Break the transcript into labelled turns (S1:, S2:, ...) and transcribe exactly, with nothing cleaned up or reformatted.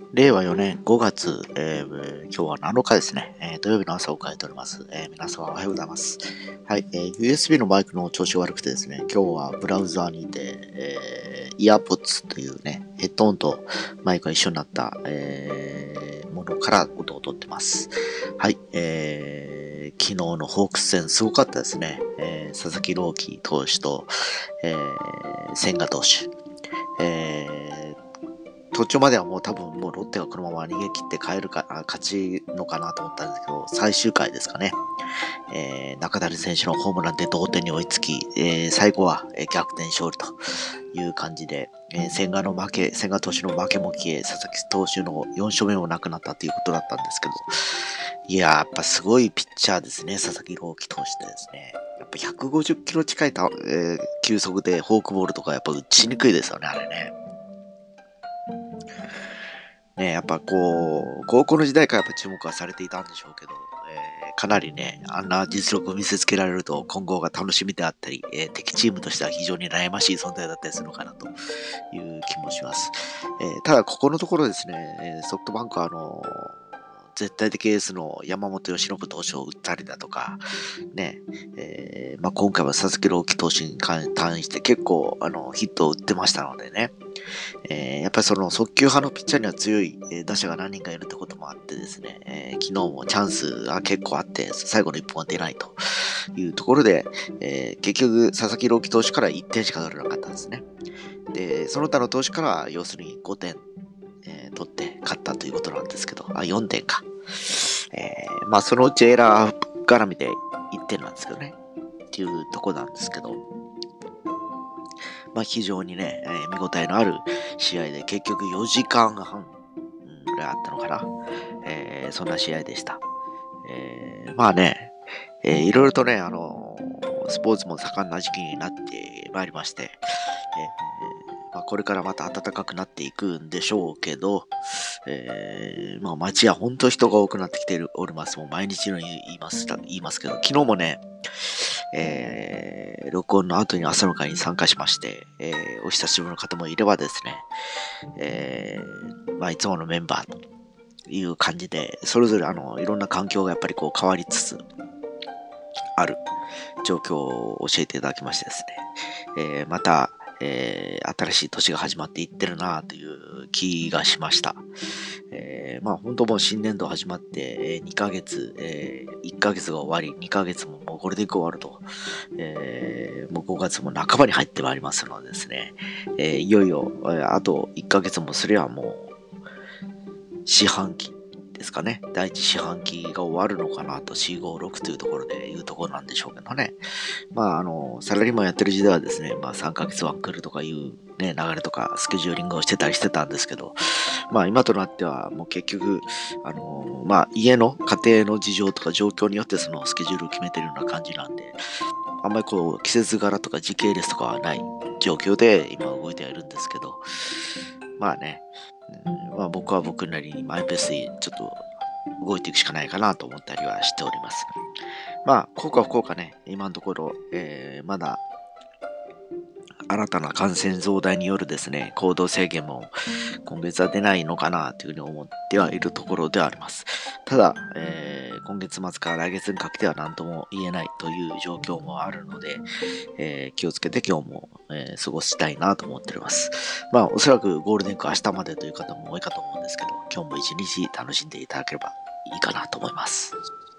S1: れいわよねんごがつ、えー、今日はなのかですね、えー、土曜日の朝を迎えております。えー、皆様おはようございます。はい、えー、ユーエスビー のマイクの調子が悪くてですね、今日はブラウザーにて、えー、イヤーポッツというね、ヘッドホンとマイクが一緒になった、えー、ものから音を取ってます。はい、えー、昨日のホークス戦すごかったですね。えー、佐々木朗希投手と、えー、千賀投手。えー途中まではもう多分もうロッテがこのまま逃げ切って帰るか、あ勝ちのかなと思ったんですけど、最終回ですかね。えー、中谷選手のホームランで同点に追いつき、えー、最後は逆転勝利という感じで、えー、千賀の負け、千賀投手の負けも消え、佐々木投手のよん勝目もなくなったということだったんですけど、いやー、やっぱすごいピッチャーですね、佐々木朗希投手でですね。やっぱひゃくごじゅっキロ近いた、えー、球速でフォークボールとかやっぱ打ちにくいですよね、あれね。ね、やっぱこう、高校の時代からやっぱ注目はされていたんでしょうけど、えー、かなりね、あんな実力を見せつけられると今後が楽しみであったり、えー、敵チームとしては非常に悩ましい存在だったりするのかなという気もします。えー、ただ、ここのところですね、ソフトバンクはあの絶対的エースの山本由伸投手を打ったりだとか、ね、えーまあ、今回は佐々木朗希投手に関して結構あのヒットを打ってましたのでね、えー、やっぱりその速球派のピッチャーには強い、えー、打者が何人かいるってこともあってですね、えー、昨日もチャンスが結構あって、最後の一本は出ないというところで、えー、結局佐々木朗希投手からいってんしか取れなかったんですね。で、その他の投手から要するにごてん、えー、取って勝ったということなんですけど、あ、よんてんか。えー、まあそのうちエラー絡みでいってんなんですけどね。っていうとこなんですけど、まあ非常にね、えー、見応えのある試合で結局よじかんはんぐらいあったのかな。えー、そんな試合でした。えー、まあね、えー、いろいろとね、あのー、スポーツも盛んな時期になってまいりまして、えーまあ、これからまた暖かくなっていくんでしょうけど、えー、まあ街は本当人が多くなってきております。もう毎日のように言います言いますけど、昨日もね、えー、録音の後に朝の会に参加しまして、えー、お久しぶりの方もいればですね、えー、まあいつものメンバーという感じで、それぞれあのいろんな環境がやっぱりこう変わりつつある状況を教えていただきましてですね、えー、また、えー、新しい年が始まっていってるなという気がしました。えー、まあ本当もう新年度始まって、えー、にかげつ、えー、いっかげつが終わり、にかげつももうこれで終わると、えー、もうごがつも半ばに入ってまいりますのでですね、えー、いよいよ、えー、あといっかげつもすればもう四半期ですかね。第一四半期が終わるのかなと、よん、ご、ろくというところでいうところなんでしょうけどね。まあ、あの、サラリーマンやってる時代はですね、まあさんかげつは来るとかいうね、流れとかスケジューリングをしてたりしてたんですけど、まあ今となってはもう結局、あの、まあ家の家庭の事情とか状況によってそのスケジュールを決めてるような感じなんで、あんまりこう季節柄とか時系列とかはない状況で今動いてはいるんですけど、まあね、うん、まあ僕は僕なりにマイペースでちょっと動いていくしかないかなと思ったりはしております。まあ、効果不効果ね、今のところ、えー、まだ新たな感染増大によるですね、行動制限も今月は出ないのかなというふうに思ってはいるところではあります。ただ、えー、今月末から来月にかけては何とも言えないという状況もあるので、えー、気をつけて今日も、えー、過ごしたいなと思っております。まあ、おそらくゴールデンウィーク明日までという方も多いかと思うんですけど、今日も一日楽しんでいただければいいかなと思います。